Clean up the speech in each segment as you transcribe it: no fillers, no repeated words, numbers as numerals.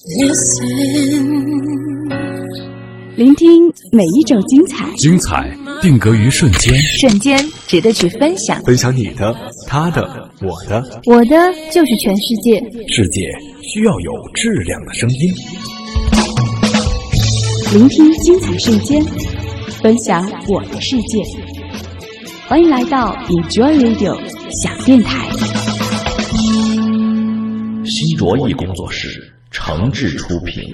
聆听每一种精彩， 精彩定格于瞬间， 瞬间值得去分享。 分享你的、他的、我的， 我的就是全世界。 世界需要有质量的声音。 聆听精彩瞬间，分享我的世界。欢迎来到 Enjoy Radio 小电台。 新卓艺工作室诚挚出品。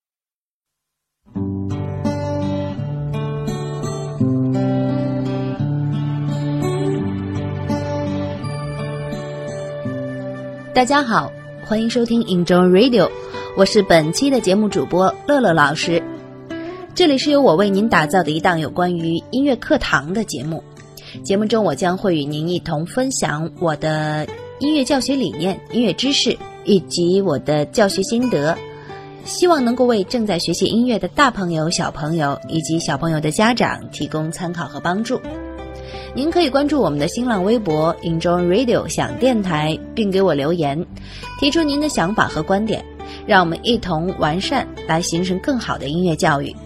大家好，欢迎收听 Enjoy Radio， 我是本期的节目主播乐乐老师。这里是由我为您打造的一档有关于音乐课堂的节目。节目中我将会与您一同分享我的音乐教学理念、音乐知识以及我的教学心得，希望能够为正在学习音乐的大朋友、小朋友以及小朋友的家长提供参考和帮助。您可以关注我们的新浪微博 Enjoy Radio 想电台，并给我留言，提出您的想法和观点，让我们一同完善，来形成更好的音乐教育。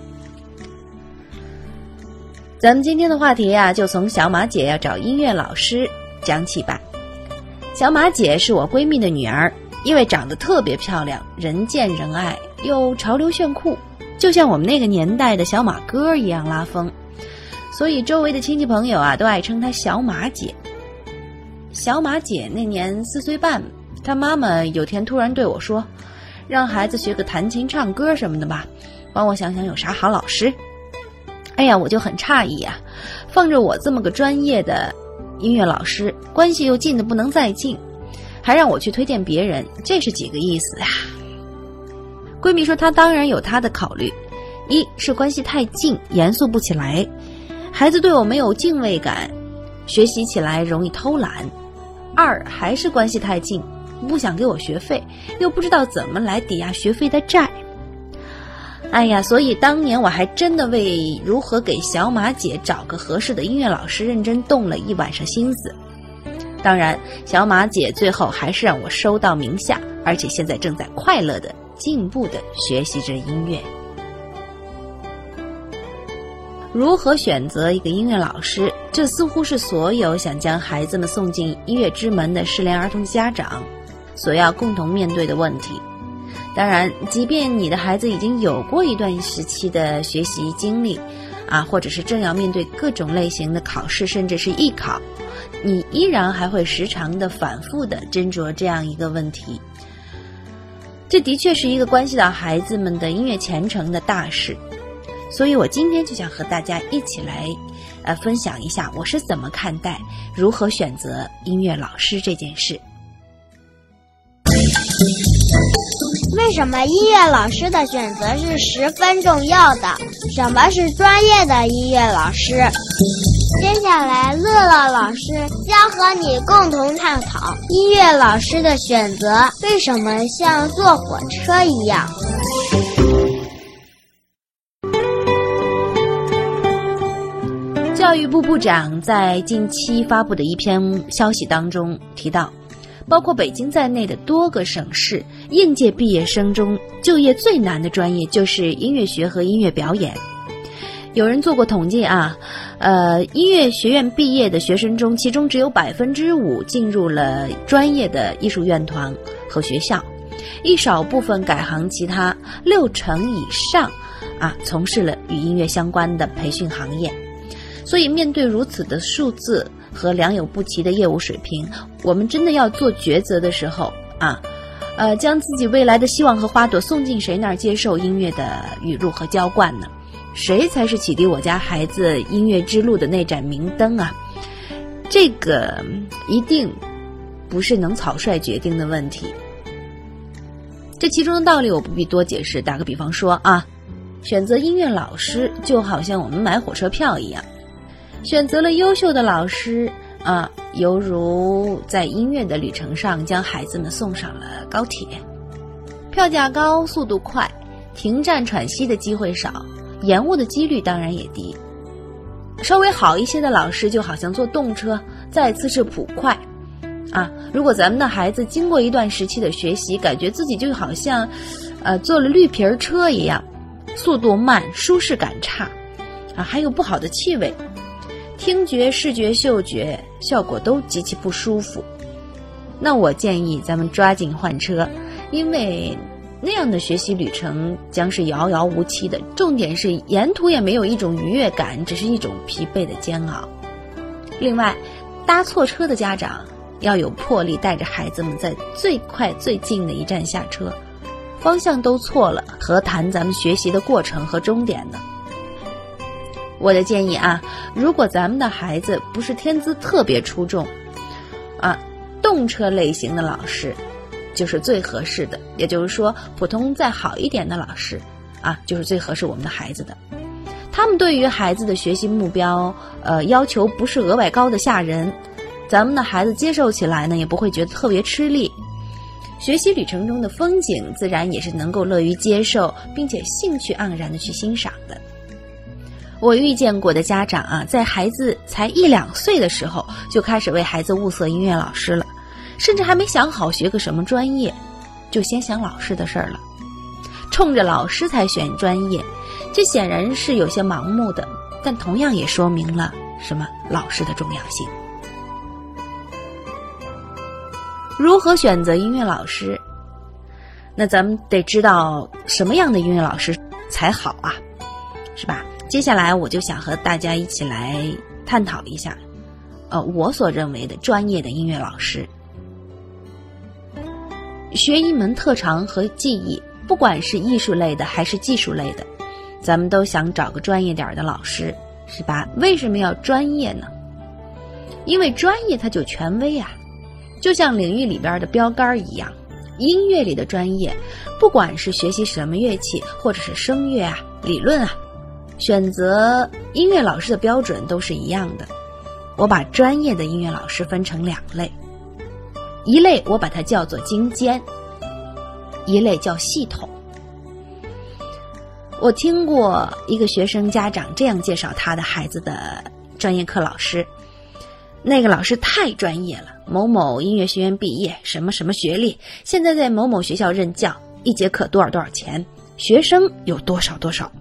咱们今天的话题就从小马姐要找音乐老师讲起吧。小马姐是我闺蜜的女儿，因为长得特别漂亮，人见人爱，又潮流炫酷，就像我们那个年代的小马哥一样拉风，所以周围的亲戚朋友都爱称她小马姐。小马姐那年4岁半，她妈妈有天突然对我说，让孩子学个弹琴唱歌什么的吧，帮我想想有啥好老师。哎呀，我就很诧异放着我这么个专业的音乐老师，关系又近得不能再近，还让我去推荐别人，这是几个意思闺蜜说她当然有她的考虑，一是关系太近，严肃不起来，孩子对我没有敬畏感，学习起来容易偷懒；二还是关系太近，不想给我学费，又不知道怎么来抵押学费的债。哎呀，所以当年我还真的为如何给小马姐找个合适的音乐老师认真动了一晚上心思。当然，小马姐最后还是让我收到名下，而且现在正在快乐的、进步的学习着音乐。如何选择一个音乐老师，这似乎是所有想将孩子们送进音乐之门的失联儿童家长所要共同面对的问题。当然，即便你的孩子已经有过一段时期的学习经历或者是正要面对各种类型的考试，甚至是艺考，你依然还会时常的反复的斟酌这样一个问题。这的确是一个关系到孩子们的音乐前程的大事，所以我今天就想和大家一起来分享一下我是怎么看待如何选择音乐老师这件事。 为什么音乐老师的选择是十分重要的？什么是专业的音乐老师？接下来乐乐老师将和你共同探讨音乐老师的选择为什么像坐火车一样。 教育部部长在近期发布的一篇消息当中提到，包括北京在内的多个省市应届毕业生中就业最难的专业就是音乐学和音乐表演。有人做过统计音乐学院毕业的学生中，其中只有 5% 进入了专业的艺术院团和学校，一少部分改行其他，60%以上从事了与音乐相关的培训行业。所以面对如此的数字和良莠不齐的业务水平，我们真的要做抉择的时候将自己未来的希望和花朵送进谁那儿接受音乐的雨露和浇灌呢？谁才是启迪我家孩子音乐之路的那盏明灯这个一定不是能草率决定的问题。这其中的道理我不必多解释，打个比方说选择音乐老师就好像我们买火车票一样，选择了优秀的老师犹如在音乐的旅程上将孩子们送上了高铁，票价高，速度快，停站喘息的机会少，延误的几率当然也低。稍微好一些的老师就好像坐动车，再次是普快如果咱们的孩子经过一段时期的学习，感觉自己就好像坐了绿皮车一样，速度慢，舒适感差，还有不好的气味，听觉、视觉、嗅觉效果都极其不舒服。那我建议咱们抓紧换车，因为那样的学习旅程将是遥遥无期的，重点是沿途也没有一种愉悦感，只是一种疲惫的煎熬。另外，搭错车的家长要有魄力，带着孩子们在最快最近的一站下车，方向都错了，何谈咱们学习的过程和终点呢？我的建议如果咱们的孩子不是天资特别出众动车类型的老师就是最合适的，也就是说普通再好一点的老师就是最合适我们的孩子的。他们对于孩子的学习目标要求不是额外高的吓人，咱们的孩子接受起来呢也不会觉得特别吃力，学习旅程中的风景自然也是能够乐于接受并且兴趣盎然的去欣赏的。我遇见过的家长在孩子才1-2岁的时候就开始为孩子物色音乐老师了，甚至还没想好学个什么专业，就先想老师的事儿了，冲着老师才选专业，这显然是有些盲目的，但同样也说明了什么老师的重要性。如何选择音乐老师？那咱们得知道什么样的音乐老师才好是吧？接下来我就想和大家一起来探讨一下我所认为的专业的音乐老师。学一门特长和技艺，不管是艺术类的还是技术类的，咱们都想找个专业点的老师，是吧？为什么要专业呢？因为专业它就权威就像领域里边的标杆一样。音乐里的专业，不管是学习什么乐器，或者是声乐理论选择音乐老师的标准都是一样的。我把专业的音乐老师分成2类，一类我把它叫做精尖，一类叫系统。我听过一个学生家长这样介绍他的孩子的专业课老师，那个老师太专业了，某某音乐学院毕业，什么什么学历，现在在某某学校任教，一节课多少多少钱，学生有多少多少。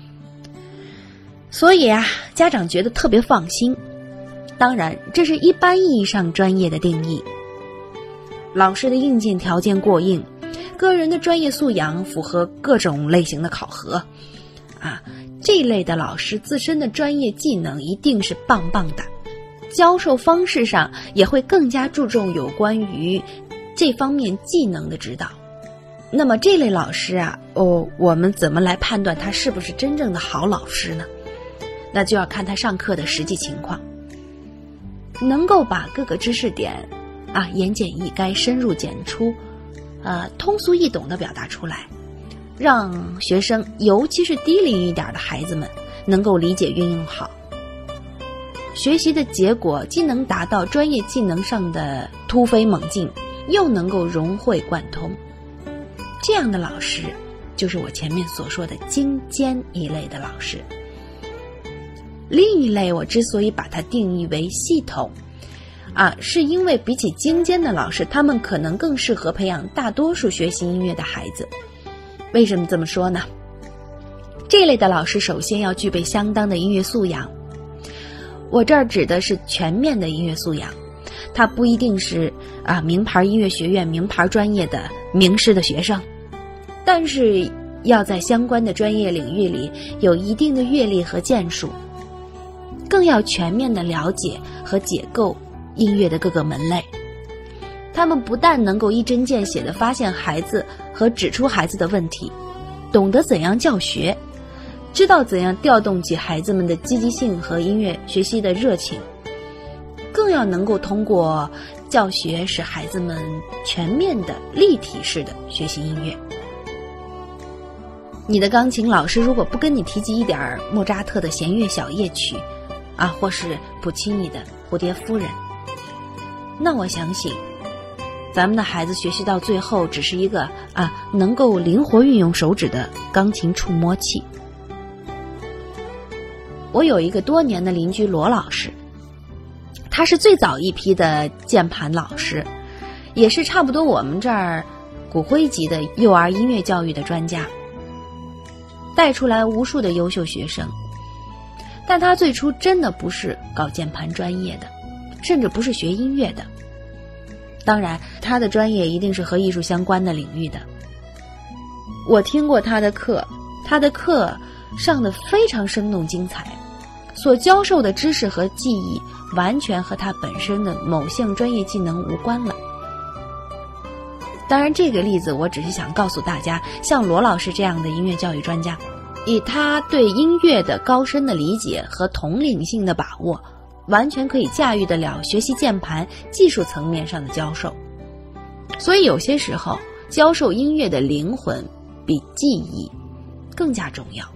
所以家长觉得特别放心。当然，这是一般意义上专业的定义。老师的硬件条件过硬，个人的专业素养符合各种类型的考核这一类的老师自身的专业技能一定是棒棒的，教授方式上也会更加注重有关于这方面技能的指导。那么这类老师我们怎么来判断他是不是真正的好老师呢？那就要看他上课的实际情况，能够把各个知识点言简意赅，深入简出通俗易懂地表达出来，让学生尤其是低龄一点的孩子们能够理解运用好，学习的结果既能达到专业技能上的突飞猛进，又能够融会贯通。这样的老师就是我前面所说的精尖一类的老师。另一类我之所以把它定义为系统是因为比起精尖的老师，他们可能更适合培养大多数学习音乐的孩子。为什么这么说呢？这类的老师首先要具备相当的音乐素养，我这儿指的是全面的音乐素养，他不一定是名牌音乐学院名牌专业的名师的学生，但是要在相关的专业领域里有一定的阅历和建树，更要全面的了解和解构音乐的各个门类。他们不但能够一针见血地发现孩子和指出孩子的问题，懂得怎样教学，知道怎样调动起孩子们的积极性和音乐学习的热情，更要能够通过教学使孩子们全面的立体式的学习音乐。你的钢琴老师如果不跟你提及一点莫扎特的弦乐小夜曲或是普契尼的蝴蝶夫人，那我相信咱们的孩子学习到最后只是一个能够灵活运用手指的钢琴触摸器。我有一个多年的邻居罗老师，他是最早一批的键盘老师，也是差不多我们这儿骨灰级的幼儿音乐教育的专家，带出来无数的优秀学生。但他最初真的不是搞键盘专业的，甚至不是学音乐的。当然，他的专业一定是和艺术相关的领域的。我听过他的课上得非常生动精彩，所教授的知识和技艺完全和他本身的某项专业技能无关了。当然，这个例子我只是想告诉大家，像罗老师这样的音乐教育专家，以他对音乐的高深的理解和统领性的把握，完全可以驾驭得了学习键盘技术层面上的教授。所以有些时候，教授音乐的灵魂比技艺更加重要。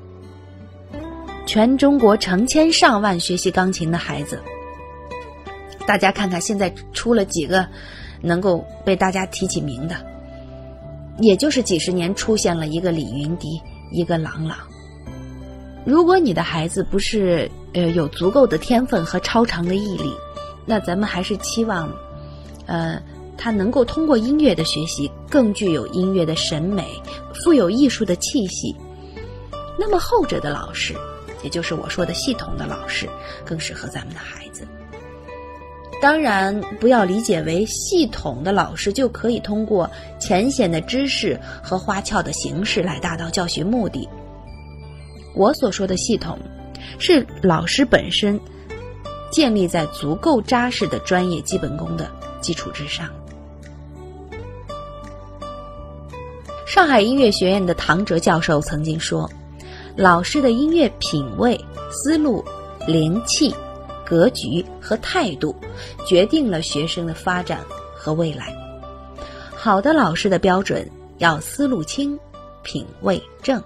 全中国成千上万学习钢琴的孩子，大家看看现在出了几个能够被大家提起名的，也就是几十年出现了一个李云迪，一个郎朗。如果你的孩子不是有足够的天分和超长的毅力，那咱们还是期望他能够通过音乐的学习更具有音乐的审美，富有艺术的气息。那么后者的老师，也就是我说的系统的老师，更适合咱们的孩子。当然不要理解为系统的老师就可以通过浅显的知识和花俏的形式来达到教学目的。我所说的系统，是老师本身建立在足够扎实的专业基本功的基础之上。上海音乐学院的唐哲教授曾经说，老师的音乐品味、思路、灵气、格局和态度决定了学生的发展和未来。好的老师的标准要思路清，品味正。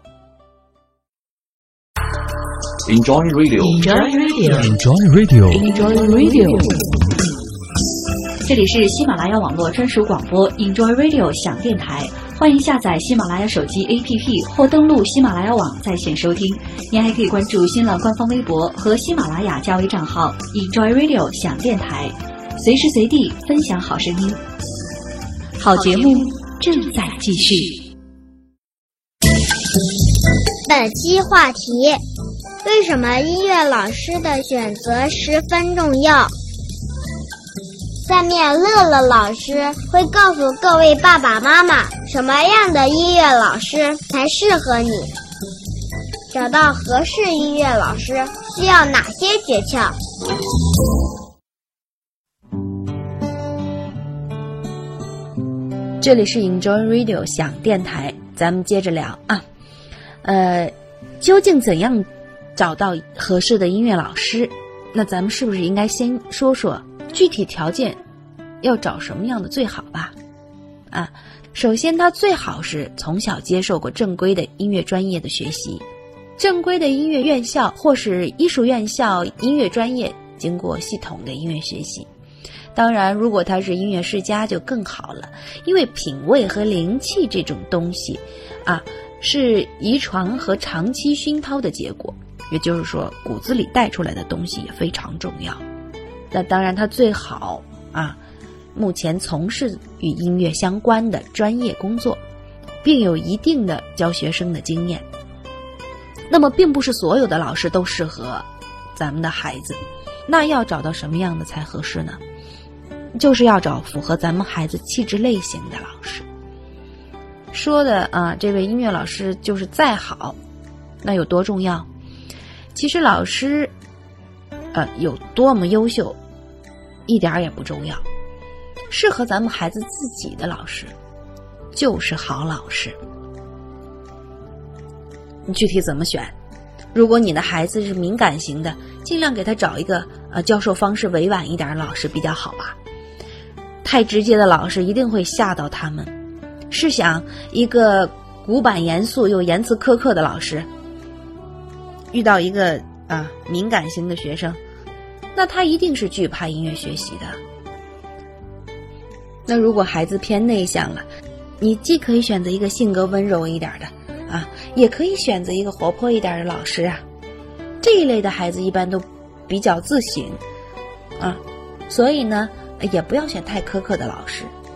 Enjoy Radio. Enjoy Radio. Enjoy Radio。这里是喜马拉雅网络专属广播 Enjoy Radio 享电台，欢迎下载喜马拉雅手机 APP 或登录喜马拉雅网在线收听。您还可以关注新浪官方微博和喜马拉雅加微账号 Enjoy Radio 享电台，随时随地分享好声音。好节目正在继续。 本期话题：为什么音乐老师的选择十分重要？下面乐乐老师会告诉各位爸爸妈妈，什么样的音乐老师才适合你，找到合适音乐老师需要哪些诀窍。 这里是 Enjoy Radio 享电台，咱们接着聊啊。究竟怎样找到合适的音乐老师？那咱们是不是应该先说说具体条件要找什么样的最好吧？首先他最好是从小接受过正规的音乐专业的学习，正规的音乐院校或是艺术院校音乐专业经过系统的音乐学习。当然如果他是音乐世家就更好了，因为品味和灵气这种东西是遗传和长期熏陶的结果，也就是说骨子里带出来的东西也非常重要。那当然他最好目前从事与音乐相关的专业工作，并有一定的教学生的经验。那么并不是所有的老师都适合咱们的孩子，那要找到什么样的才合适呢？就是要找符合咱们孩子气质类型的老师。说的这位音乐老师就是再好，那有多重要？其实老师有多么优秀一点也不重要，适合咱们孩子自己的老师就是好老师。你具体怎么选？如果你的孩子是敏感型的，尽量给他找一个教授方式委婉一点的老师比较好吧。太直接的老师一定会吓到他们。试想一个古板严肃又言辞苛刻的老师遇到一个敏感型的学生，那他一定是惧怕音乐学习的。那如果孩子偏内向了，你既可以选择一个性格温柔一点的也可以选择一个活泼一点的老师这一类的孩子一般都比较自省所以呢也不要选太苛刻的老师。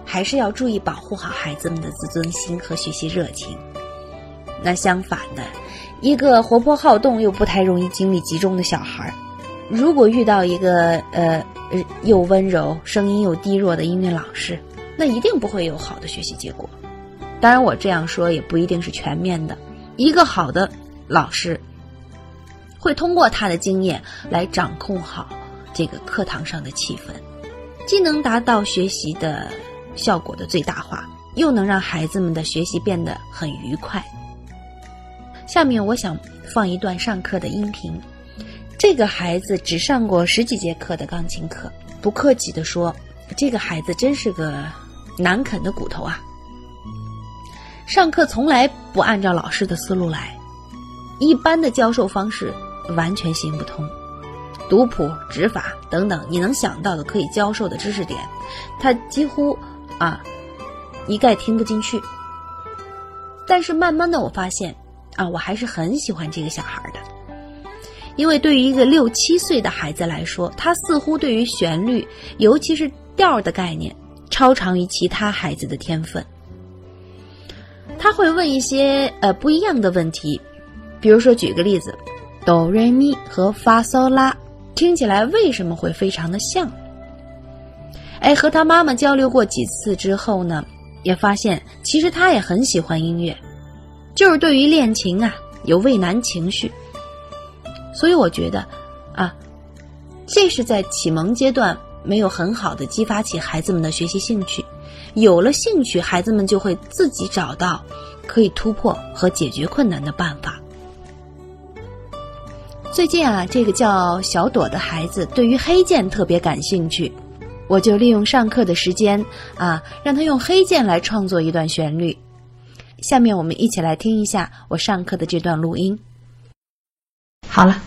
还是要注意保护好孩子们的自尊心和学习热情。那相反的，一个活泼好动又不太容易精力集中的小孩，如果遇到一个又温柔声音又低弱的音乐老师，那一定不会有好的学习结果。当然我这样说也不一定是全面的，一个好的老师会通过他的经验来掌控好这个课堂上的气氛，既能达到学习的效果的最大化，又能让孩子们的学习变得很愉快。下面我想放一段上课的音频。这个孩子只上过10几节课的钢琴课，不客气地说，这个孩子真是个难啃的骨头啊。上课从来不按照老师的思路来，一般的教授方式完全行不通，读谱、指法等等你能想到的可以教授的知识点，他几乎一概听不进去。但是慢慢的我发现我还是很喜欢这个小孩的，因为对于一个6、7岁的孩子来说，他似乎对于旋律，尤其是调的概念，超长于其他孩子的天分。他会问一些不一样的问题，比如说举个例子，哆瑞咪和发嗦拉听起来为什么会非常的像？和他妈妈交流过几次之后呢，也发现其实他也很喜欢音乐，就是对于练琴有畏难情绪。所以我觉得这是在启蒙阶段没有很好的激发起孩子们的学习兴趣，有了兴趣，孩子们就会自己找到可以突破和解决困难的办法。最近这个叫小朵的孩子对于黑键特别感兴趣，我就利用上课的时间让他用黑键来创作一段旋律。下面我们一起来听一下我上课的这段录音。好了。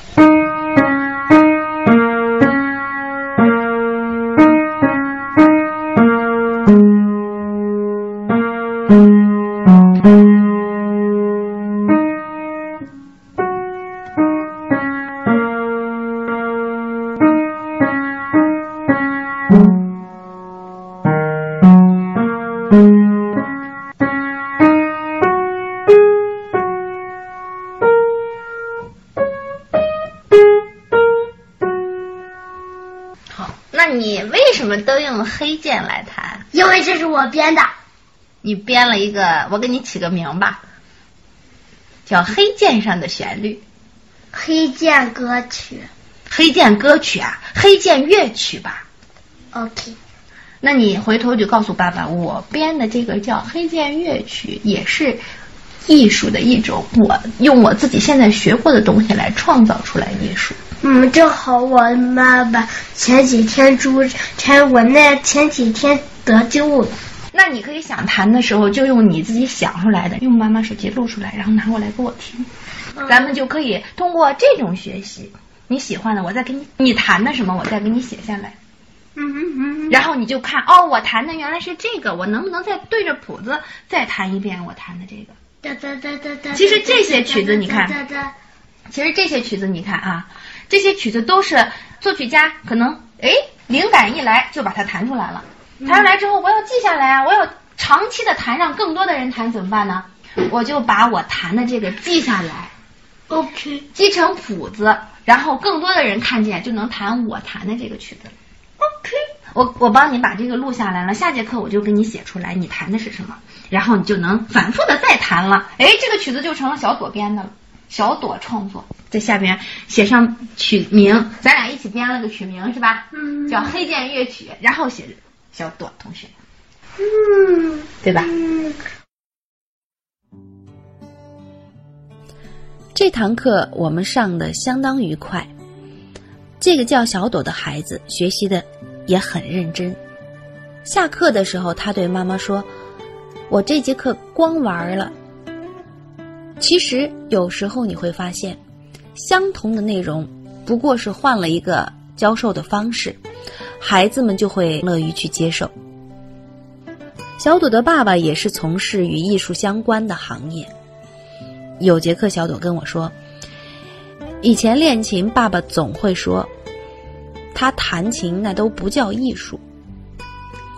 那你为什么都用黑键来弹？ 因为这是我编的。 你编了一个，我给你起个名吧，叫《黑键上的旋律》。 黑键歌曲。 黑键歌曲黑键乐曲吧。 OK。 那你回头就告诉爸爸，我编的这个叫黑键乐曲，也是艺术的一种，我用我自己现在学过的东西来创造出来艺术。 正好我妈妈前几天出差，我那前几天得救了。 那你可以想弹的时候就用你自己想出来的，用妈妈手机录出来，然后拿过来给我听。咱们就可以通过这种学习，你喜欢的我再给你弹的什么我再给你写下来。然后你就看我弹的原来是这个，我能不能再对着谱子再弹一遍我弹的这个。其实这些曲子你看，这些曲子都是作曲家可能灵感一来就把它弹出来了。弹出来之后我要记下来我要长期的弹，让更多的人弹怎么办呢？我就把我弹的这个记下来。 OK。 记成谱子，然后更多的人看见就能弹我弹的这个曲子。OK。我帮你把这个录下来了，下节课我就给你写出来你弹的是什么，然后你就能反复的再弹了。这个曲子就成了小朵编的了，小朵创作。在下边写上曲名，咱俩一起编了个曲名是吧？叫黑键乐曲，然后写小朵同学。对吧？ 这堂课我们上的相当愉快，这个叫小朵的孩子学习的也很认真。下课的时候他对妈妈说，我这节课光玩了。其实有时候你会发现，相同的内容不过是换了一个教授的方式，孩子们就会乐于去接受。小朵的爸爸也是从事与艺术相关的行业。有节课小朵跟我说，以前练琴爸爸总会说他弹琴那都不叫艺术。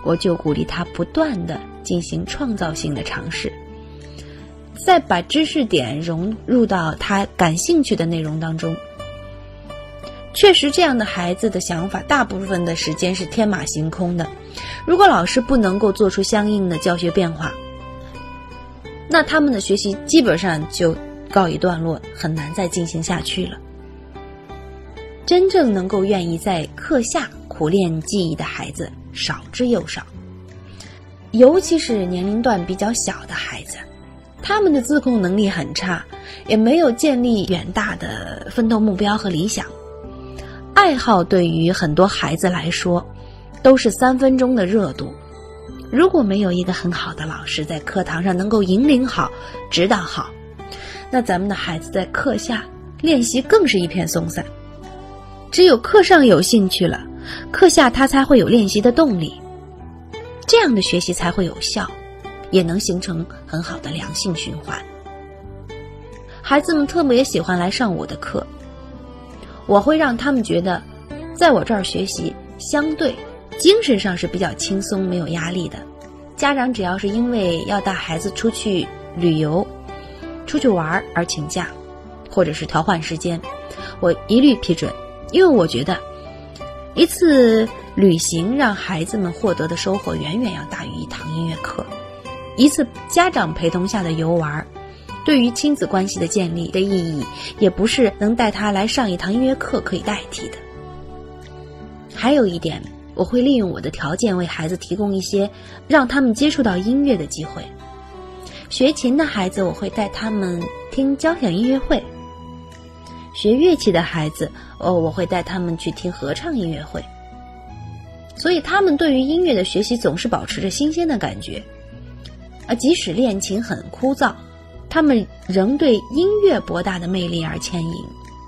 我就鼓励他不断地进行创造性的尝试，再把知识点融入到他感兴趣的内容当中。确实，这样的孩子的想法大部分的时间是天马行空的，如果老师不能够做出相应的教学变化，那他们的学习基本上就告一段落，很难再进行下去了。真正能够愿意在课下苦练记忆的孩子少之又少，尤其是年龄段比较小的孩子，他们的自控能力很差，也没有建立远大的奋斗目标和理想。爱好对于很多孩子来说都是3分钟的热度，如果没有一个很好的老师在课堂上能够引领好、指导好，那咱们的孩子在课下练习更是一片松散。只有课上有兴趣了，课下他才会有练习的动力，这样的学习才会有效，也能形成很好的良性循环。孩子们特别喜欢来上我的课，我会让他们觉得在我这儿学习相对精神上是比较轻松没有压力的。家长只要是因为要带孩子出去旅游出去玩而请假，或者是调换时间，我一律批准。因为我觉得一次旅行让孩子们获得的收获远远要大于一堂音乐课，一次家长陪同下的游玩对于亲子关系的建立的意义也不是能带他来上一堂音乐课可以代替的。还有一点，我会利用我的条件为孩子提供一些让他们接触到音乐的机会。学琴的孩子我会带他们听交响音乐会，学乐器的孩子我会带他们去听合唱音乐会。所以他们对于音乐的学习总是保持着新鲜的感觉，即使练琴很枯燥，他们仍对音乐博大的魅力而牵引。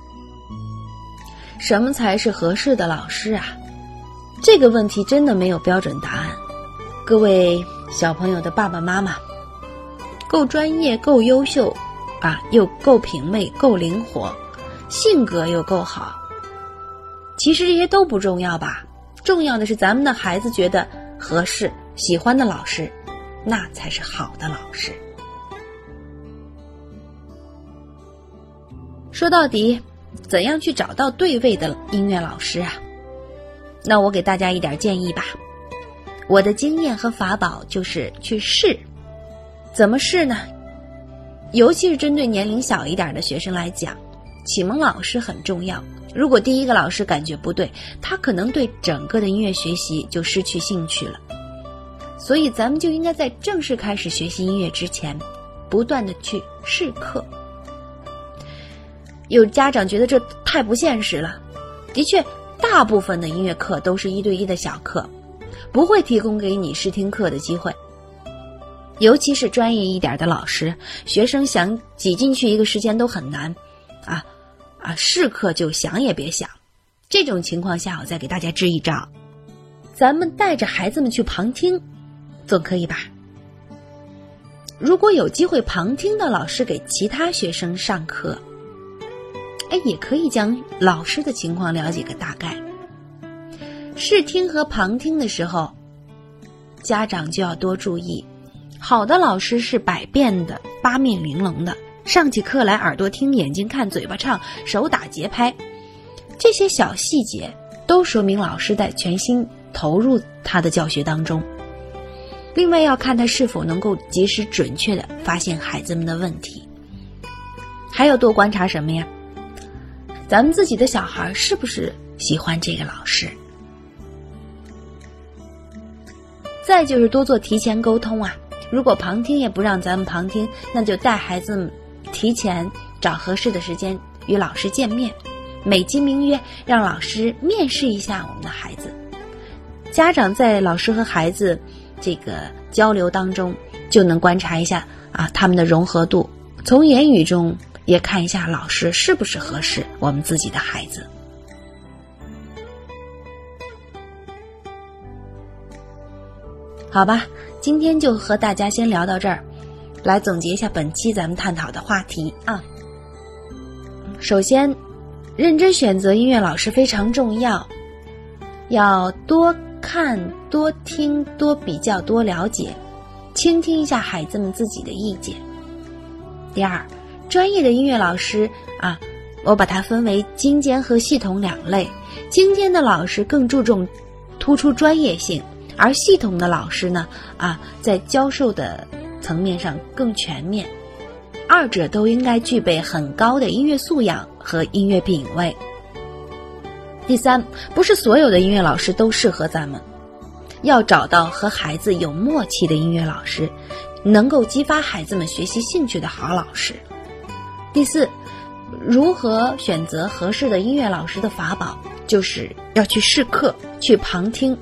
什么才是合适的老师啊？这个问题真的没有标准答案。各位小朋友的爸爸妈妈，够专业够优秀又够品味够灵活，性格又够好，其实这些都不重要吧，重要的是咱们的孩子觉得合适喜欢的老师，那才是好的老师。说到底，怎样去找到对位的音乐老师啊？那我给大家一点建议吧。我的经验和法宝就是去试。怎么试呢？尤其是针对年龄小一点的学生来讲，启蒙老师很重要。如果第一个老师感觉不对，他可能对整个的音乐学习就失去兴趣了。所以咱们就应该在正式开始学习音乐之前，不断的去试课。有家长觉得这太不现实了，的确，大部分的音乐课都是1对1的小课，不会提供给你试听课的机会。尤其是专业一点的老师，学生想挤进去一个时间都很难试课就想也别想。这种情况下，我再给大家支一招，咱们带着孩子们去旁听，总可以吧？如果有机会旁听的老师给其他学生上课，也可以将老师的情况了解个大概。试听和旁听的时候，家长就要多注意，好的老师是百变的、八面玲珑的，上起课来耳朵听，眼睛看，嘴巴唱，手打节拍，这些小细节都说明老师在全心投入他的教学当中。另外要看他是否能够及时准确地发现孩子们的问题。还有多观察什么呀？咱们自己的小孩是不是喜欢这个老师？再就是多做提前沟通如果旁听也不让咱们旁听，那就带孩子们提前找合适的时间与老师见面，美其名曰让老师面试一下我们的孩子。家长在老师和孩子这个交流当中就能观察一下他们的融合度，从言语中也看一下老师是不是合适我们自己的孩子。好吧，今天就和大家先聊到这儿，来总结一下本期咱们探讨的话题首先，认真选择音乐老师非常重要，要多看多听、多比较、多了解，倾听一下孩子们自己的意见。第二，专业的音乐老师我把它分为精尖和系统两类。精尖的老师更注重突出专业性，而系统的老师呢，在教授的层面上更全面。二者都应该具备很高的音乐素养和音乐品味。第三，不是所有的音乐老师都适合咱们，要找到和孩子有默契的音乐老师，能够激发孩子们学习兴趣的好老师。第四，如何选择合适的音乐老师的法宝，就是要去试课，去旁听。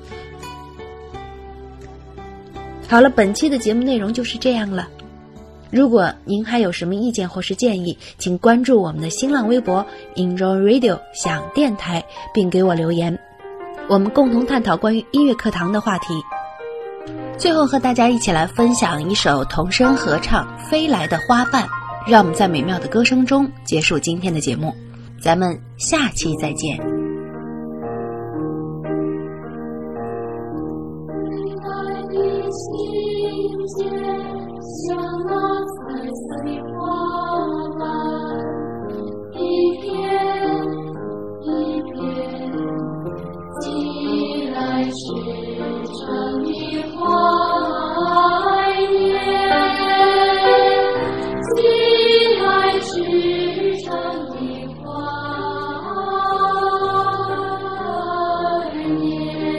好了，本期的节目内容就是这样了。如果您还有什么意见或是建议，请关注我们的新浪微博 Enjoy Radio 想电台，并给我留言，我们共同探讨关于音乐课堂的话题。最后和大家一起来分享一首童声合唱《飞来的花瓣》，让我们在美妙的歌声中结束今天的节目，咱们下期再见。 像那彩色的花瓣，一片一片寄来赤诚的怀念，寄来赤诚的怀念。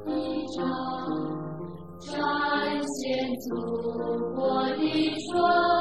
祖国的春。